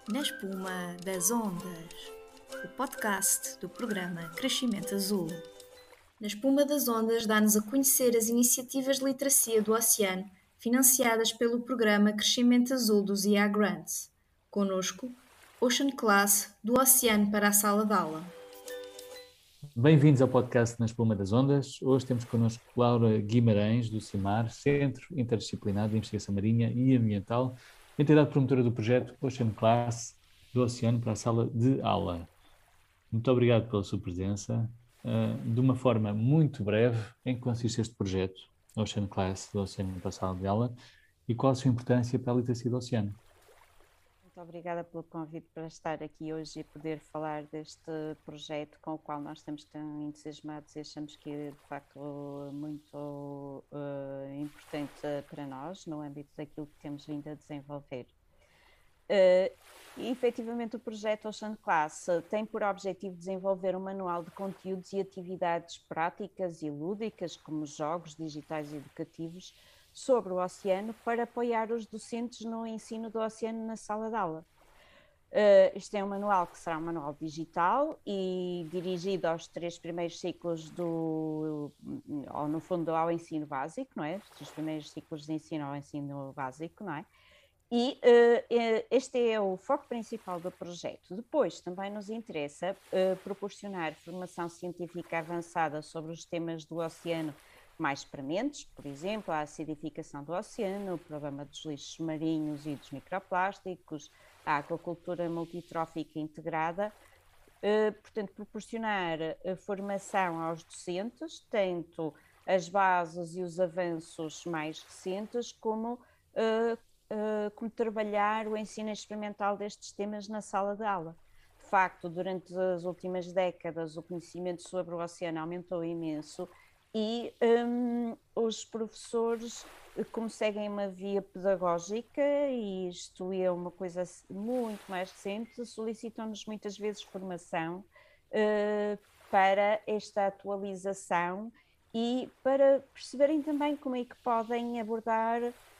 Na espuma das ondas, o podcast do programa Crescimento Azul. Na espuma das ondas dá-nos a conhecer as iniciativas de literacia do oceano financiadas pelo programa Crescimento Azul dos IA Grants. Conosco, Ocean Class do Oceano para a Sala de Aula. Bem-vindos ao podcast Na Espuma das Ondas. Hoje temos connosco Laura Guimarães, do CIMAR, Centro Interdisciplinar de Investigação Marinha e Ambiental, entidade promotora do projeto Ocean Class do Oceano para a Sala de Aula. Muito obrigado pela sua presença. De uma forma muito breve, em que consiste este projeto, Ocean Class do Oceano para a Sala de Aula, e qual a sua importância para a literacia do oceano? Muito obrigada pelo convite para estar aqui hoje e poder falar deste projeto com o qual nós estamos tão entusiasmados e achamos que é de facto muito importante para nós no âmbito daquilo que temos vindo a desenvolver. E, efetivamente, o projeto Ocean Class tem por objetivo desenvolver um manual de conteúdos e atividades práticas e lúdicas, como jogos digitais e educativos, sobre o oceano para apoiar os docentes no ensino do oceano na sala de aula. Este é um manual que será um manual digital e dirigido aos 3 primeiros ciclos ou no fundo ao ensino básico, não é? Os 3 primeiros ciclos de ensino ao ensino básico, não é? E este é o foco principal do projeto. Depois, também nos interessa proporcionar formação científica avançada sobre os temas do oceano mais prementes, por exemplo, a acidificação do oceano, o problema dos lixos marinhos e dos microplásticos, a aquacultura multitrófica integrada. Portanto, proporcionar formação aos docentes, tanto as bases e os avanços mais recentes, como trabalhar o ensino experimental destes temas na sala de aula. De facto, durante as últimas décadas, o conhecimento sobre o oceano aumentou imenso e os professores, como seguem uma via pedagógica, e isto é uma coisa muito mais recente, solicitam-nos muitas vezes formação para esta atualização e para perceberem também como é que podem abordar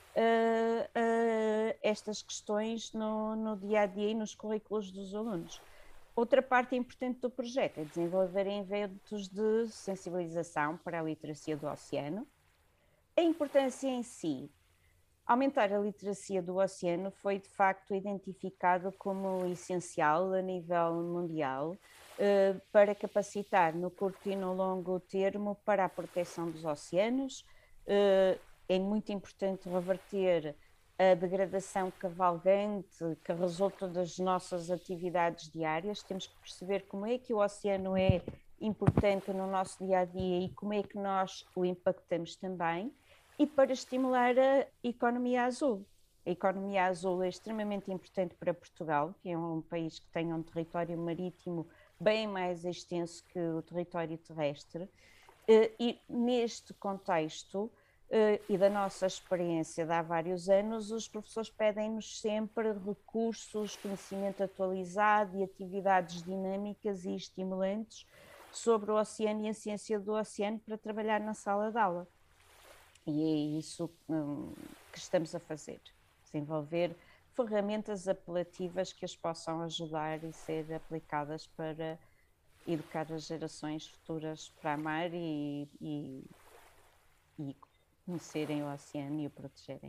estas questões no dia-a-dia e nos currículos dos alunos. Outra parte importante do projeto é desenvolver eventos de sensibilização para a literacia do oceano. A importância em si, aumentar a literacia do oceano foi de facto identificado como essencial a nível mundial para capacitar no curto e no longo termo para a proteção dos oceanos. É muito importante reverter a degradação cavalgante que resulta das nossas atividades diárias. Temos que perceber como é que o oceano é importante no nosso dia-a-dia e como é que nós o impactamos também, e para estimular a economia azul. A economia azul é extremamente importante para Portugal, que é um país que tem um território marítimo bem mais extenso que o território terrestre, e neste contexto e da nossa experiência de há vários anos, os professores pedem-nos sempre recursos, conhecimento atualizado e atividades dinâmicas e estimulantes sobre o oceano e a ciência do oceano para trabalhar na sala de aula. E é isso que estamos a fazer, desenvolver ferramentas apelativas que as possam ajudar e ser aplicadas para educar as gerações futuras para amar e conhecerem o oceano e o protegerem.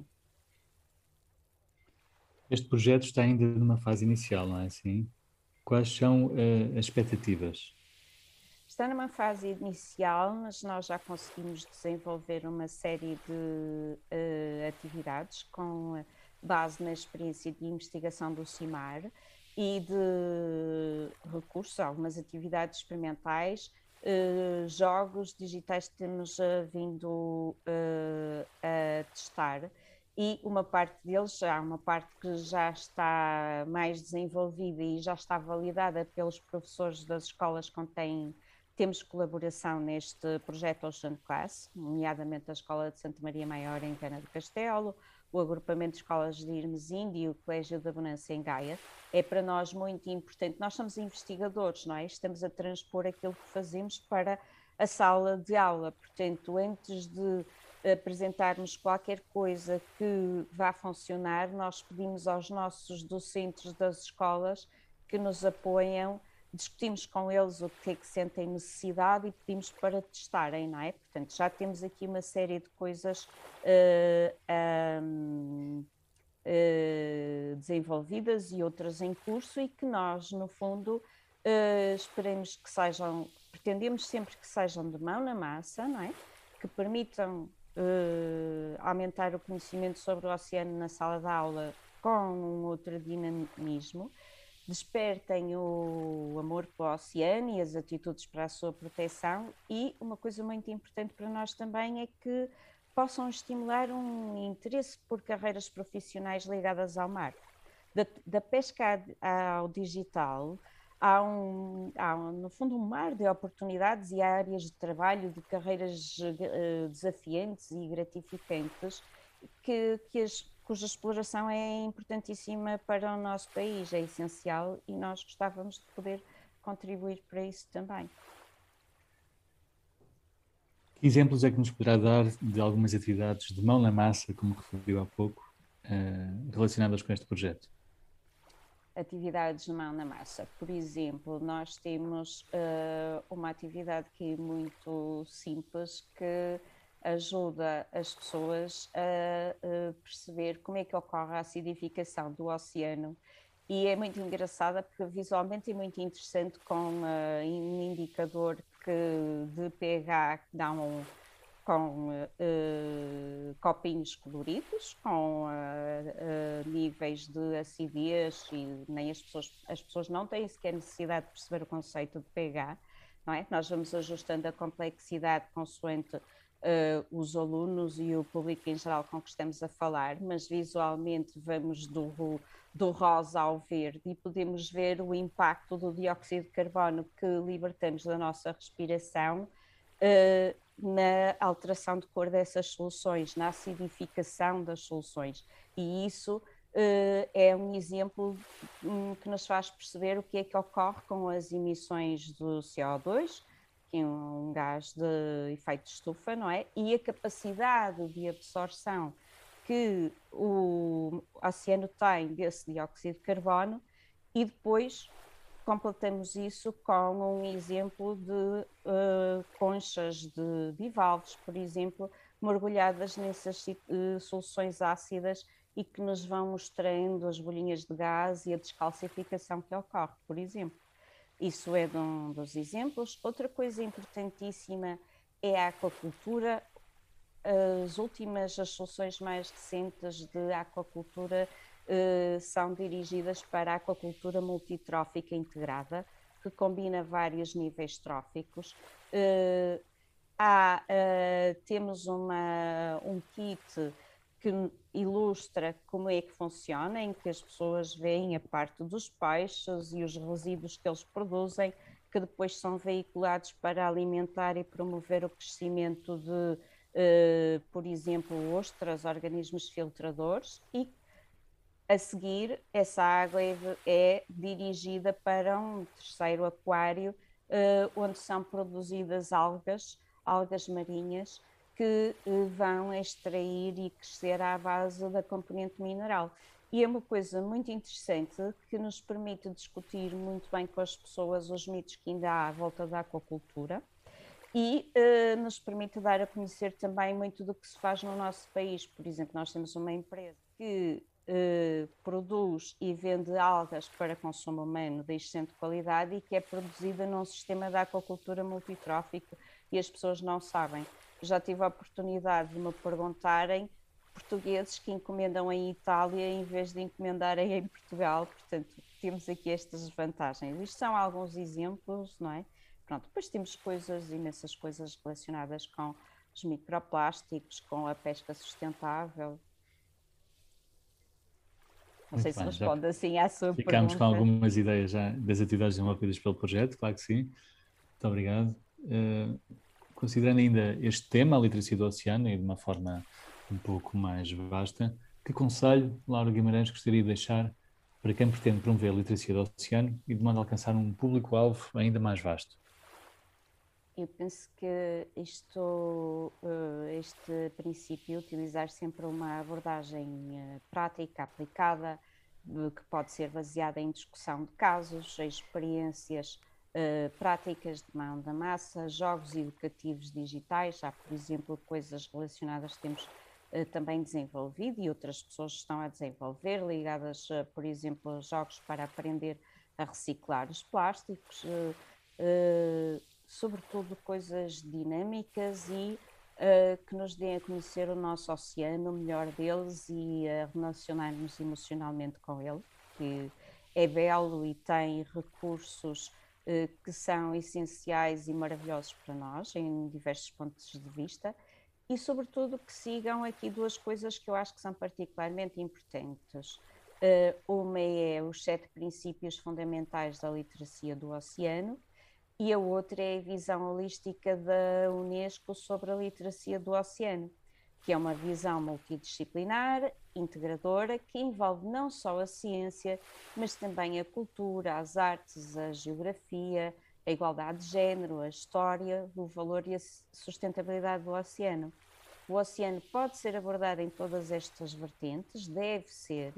Este projeto está ainda numa fase inicial, não é assim? Quais são as expectativas? Está numa fase inicial, mas nós já conseguimos desenvolver uma série de atividades com base na experiência de investigação do CIMAR e de recursos, algumas atividades experimentais, jogos digitais que temos vindo a testar. E uma parte deles, há uma parte que já está mais desenvolvida e já está validada pelos professores das escolas com quem temos colaboração neste projeto Ocean Class, nomeadamente a Escola de Santa Maria Maior em Viana do Castelo, o agrupamento de escolas de Irmesinde e o Colégio da Bonança em Gaia. É para nós muito importante. Nós somos investigadores, não é? Estamos a transpor aquilo que fazemos para a sala de aula. Portanto, antes de apresentarmos qualquer coisa que vá funcionar, nós pedimos aos nossos docentes das escolas que nos apoiam, discutimos com eles o que é que sentem necessidade e pedimos para testarem, não é? Portanto, já temos aqui uma série de coisas desenvolvidas e outras em curso e que nós, no fundo, esperemos que sejam, pretendemos sempre que sejam de mão na massa, não é? Que permitam aumentar o conhecimento sobre o oceano na sala de aula com um outro dinamismo, despertem o amor pelo oceano e as atitudes para a sua proteção, e uma coisa muito importante para nós também é que possam estimular um interesse por carreiras profissionais ligadas ao mar. Da pesca ao digital, há no fundo um mar de oportunidades e áreas de trabalho, de carreiras desafiantes e gratificantes, cuja exploração é importantíssima para o nosso país, é essencial, e nós gostávamos de poder contribuir para isso também. Que exemplos é que nos poderá dar de algumas atividades de mão na massa, como referiu há pouco, relacionadas com este projeto? Atividades de mão na massa. Por exemplo, nós temos uma atividade que é muito simples, que ajuda as pessoas a perceber como é que ocorre a acidificação do oceano, e é muito engraçada porque visualmente é muito interessante, com um indicador de pH que dá com copinhos coloridos, com níveis de acidez, e nem as pessoas não têm sequer necessidade de perceber o conceito de pH, não é? Nós vamos ajustando a complexidade consoante os alunos e o público em geral com que estamos a falar, mas visualmente vamos do rosa ao verde e podemos ver o impacto do dióxido de carbono que libertamos da nossa respiração na alteração de cor dessas soluções, na acidificação das soluções, e isso é um exemplo que nos faz perceber o que é que ocorre com as emissões do CO2, que é um gás de efeito de estufa, não é? E a capacidade de absorção que o oceano tem desse dióxido de carbono, e depois completamos isso com um exemplo de conchas de bivalves, por exemplo, mergulhadas nessas soluções ácidas, e que nos vão mostrando as bolinhas de gás e a descalcificação que ocorre, por exemplo. Isso é um dos exemplos. Outra coisa importantíssima é a aquacultura. As soluções mais recentes de aquacultura são dirigidas para a aquacultura multitrófica integrada, que combina vários níveis tróficos. Temos um kit que ilustra como é que funciona, em que as pessoas veem a parte dos peixes e os resíduos que eles produzem, que depois são veiculados para alimentar e promover o crescimento de, por exemplo, ostras, organismos filtradores, e a seguir essa água é dirigida para um terceiro aquário, onde são produzidas algas marinhas, que vão extrair e crescer à base da componente mineral. E é uma coisa muito interessante que nos permite discutir muito bem com as pessoas os mitos que ainda há à volta da aquacultura, e nos permite dar a conhecer também muito do que se faz no nosso país. Por exemplo, nós temos uma empresa que produz e vende algas para consumo humano de excelente qualidade e que é produzida num sistema de aquacultura multitrófico, e as pessoas não sabem. Já tive a oportunidade de me perguntarem portugueses que encomendam em Itália em vez de encomendarem em Portugal, portanto temos aqui estas vantagens. Isto são alguns exemplos, não é? Pronto, depois temos imensas coisas relacionadas com os microplásticos, com a pesca sustentável. Não sei se responde assim à sua pergunta. Ficámos com algumas ideias já das atividades desenvolvidas pelo projeto, claro que sim. Muito obrigado. Considerando ainda este tema, a literacia do oceano, e de uma forma um pouco mais vasta, que conselho, Laura Guimarães, gostaria de deixar para quem pretende promover a literacia do oceano e de modo a alcançar um público-alvo ainda mais vasto? Eu penso que este princípio, utilizar sempre uma abordagem prática, aplicada, que pode ser baseada em discussão de casos, experiências práticas de mão da massa, jogos educativos digitais, há, por exemplo, coisas relacionadas que temos também desenvolvido e outras pessoas estão a desenvolver, ligadas, por exemplo, a jogos para aprender a reciclar os plásticos, sobretudo coisas dinâmicas e que nos deem a conhecer o nosso oceano, o melhor deles e a relacionar-nos emocionalmente com ele, que é belo e tem recursos que são essenciais e maravilhosos para nós, em diversos pontos de vista, e sobretudo que sigam aqui duas coisas que eu acho que são particularmente importantes. Uma é os 7 princípios fundamentais da literacia do oceano, e a outra é a visão holística da Unesco sobre a literacia do oceano, que é uma visão multidisciplinar, integradora, que envolve não só a ciência, mas também a cultura, as artes, a geografia, a igualdade de género, a história, o valor e a sustentabilidade do oceano. O oceano pode ser abordado em todas estas vertentes, deve ser,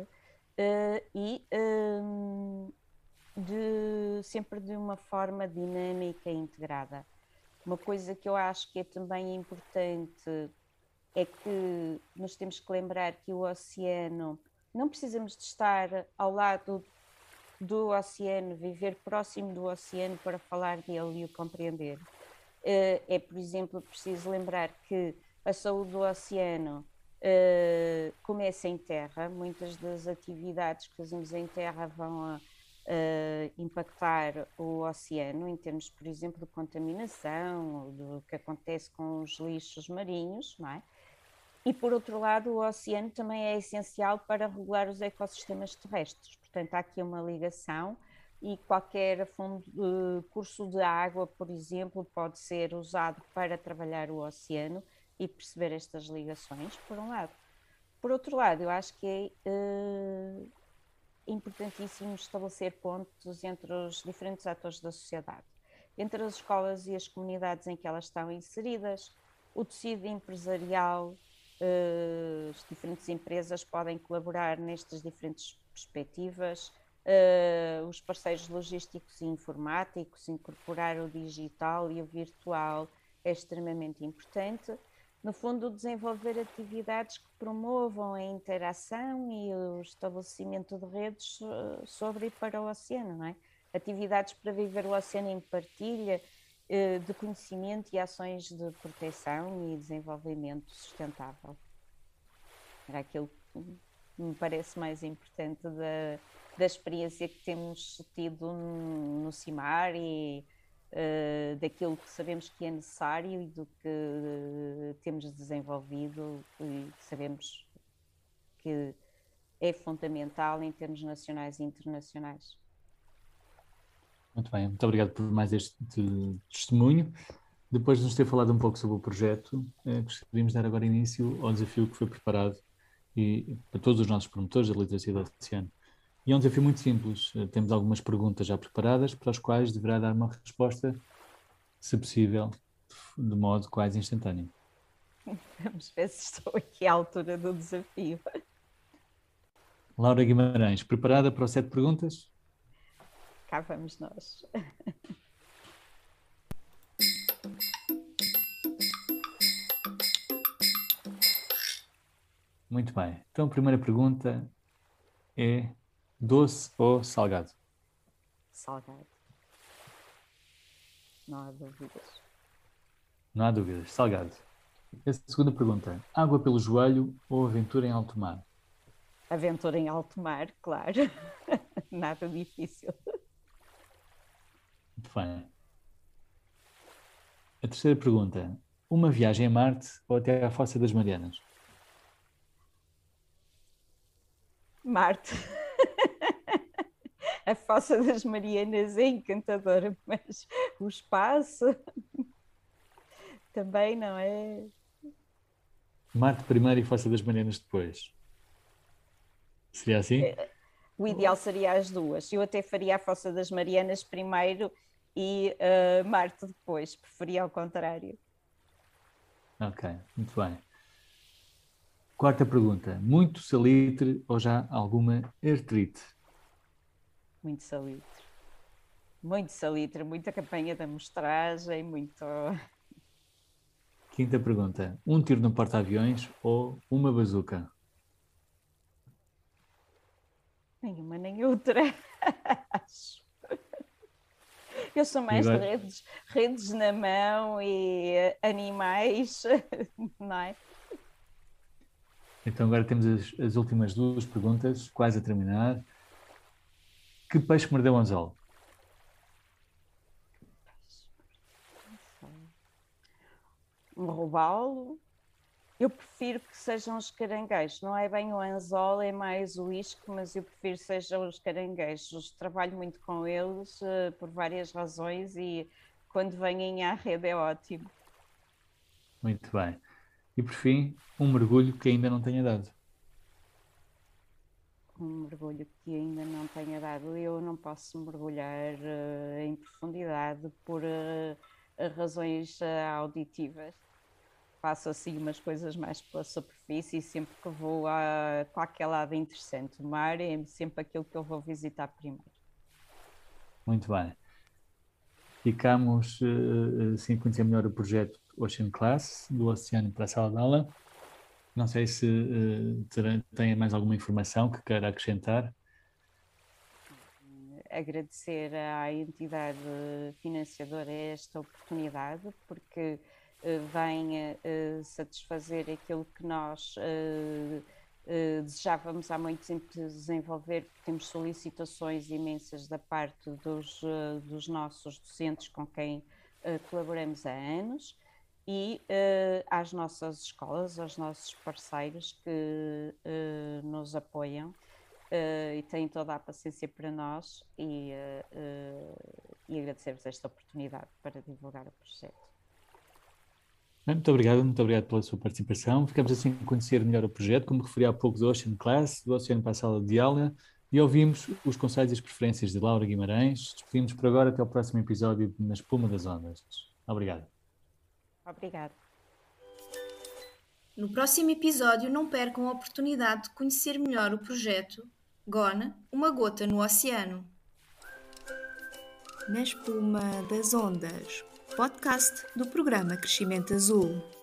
sempre de uma forma dinâmica e integrada. Uma coisa que eu acho que é também importante é que nós temos que lembrar que o oceano, não precisamos de estar ao lado do oceano, viver próximo do oceano para falar dele e o compreender. É, por exemplo, preciso lembrar que a saúde do oceano começa em terra. Muitas das atividades que fazemos em terra vão impactar o oceano em termos, por exemplo, de contaminação, ou do que acontece com os lixos marinhos, não é? E, por outro lado, o oceano também é essencial para regular os ecossistemas terrestres. Portanto, há aqui uma ligação e qualquer curso de água, por exemplo, pode ser usado para trabalhar o oceano e perceber estas ligações, por um lado. Por outro lado, eu acho que é importantíssimo estabelecer pontos entre os diferentes atores da sociedade, entre as escolas e as comunidades em que elas estão inseridas, o tecido empresarial. As diferentes empresas podem colaborar nestas diferentes perspectivas, os parceiros logísticos e informáticos, incorporar o digital e o virtual é extremamente importante. No fundo, desenvolver atividades que promovam a interação e o estabelecimento de redes sobre e para o oceano, não é? Atividades para viver o oceano em partilha, de conhecimento e ações de proteção e desenvolvimento sustentável. Era aquilo que me parece mais importante da experiência que temos tido no CIMAR e daquilo que sabemos que é necessário e do que temos desenvolvido e sabemos que é fundamental em termos nacionais e internacionais. Muito bem, muito obrigado por mais este testemunho. Depois de nos ter falado um pouco sobre o projeto, gostaríamos de dar agora início ao desafio que foi preparado para todos os nossos promotores da literacia do oceano. E é um desafio muito simples. Temos algumas perguntas já preparadas para as quais deverá dar uma resposta, se possível, de modo quase instantâneo. Vamos ver se estou aqui à altura do desafio. Laura Guimarães, preparada para o 7 perguntas? Cá vamos nós. Muito bem. Então a primeira pergunta é: doce ou salgado? Salgado. Não há dúvidas. Não há dúvidas, salgado. A segunda pergunta: água pelo joelho ou aventura em alto mar? Aventura em alto mar, claro. Nada difícil. Muito bem. A terceira pergunta: uma viagem a Marte ou até à Fossa das Marianas? Marte. A Fossa das Marianas é encantadora, mas o espaço também não é. Marte primeiro e Fossa das Marianas depois. Seria assim? O ideal seria as duas. Eu até faria a Fossa das Marianas primeiro e Marte depois, preferia ao contrário. Ok, muito bem. Quarta pergunta. Muito salitre ou já alguma artrite? Muito salitre. Muito salitre, muita campanha de amostragem, muito... Quinta pergunta. Um tiro no porta-aviões ou uma bazuca? Nenhuma nem outra. Acho. Eu sou mais de redes na mão e animais, não é? Então agora temos as últimas duas perguntas, quase a terminar. Que peixe mordeu o anzol? Um robalo. Eu prefiro que sejam os caranguejos, não é bem o anzol, é mais o isco, mas eu prefiro que sejam os caranguejos. Trabalho muito com eles por várias razões e quando vêm à rede é ótimo. Muito bem. E por fim, um mergulho que ainda não tenha dado. Um mergulho que ainda não tenha dado. Eu não posso mergulhar em profundidade por razões auditivas. Faço assim umas coisas mais pela superfície e sempre que vou a qualquer lado interessante. O mar é sempre aquilo que eu vou visitar primeiro. Muito bem. Ficamos assim a conhecer melhor o projeto Ocean Class, do oceano para a sala de aula. Não sei se tem mais alguma informação que queira acrescentar. Agradecer à entidade financiadora esta oportunidade, porque vem satisfazer aquilo que nós desejávamos há muito tempo desenvolver, porque temos solicitações imensas da parte dos nossos docentes com quem colaboramos há anos e às nossas escolas, aos nossos parceiros que nos apoiam. E têm toda a paciência para nós e agradecer-vos esta oportunidade para divulgar o projeto. Muito obrigado pela sua participação. Ficamos assim a conhecer melhor o projeto, como referi há pouco do Ocean Class, do Oceano para a Sala de Aula, e ouvimos os conselhos e as preferências de Laura Guimarães. Despedimos por agora, até o próximo episódio na Espuma das Ondas. Obrigado. Obrigada. No próximo episódio, não percam a oportunidade de conhecer melhor o projeto GONE, uma gota no oceano. Na Espuma das Ondas, podcast do programa Crescimento Azul.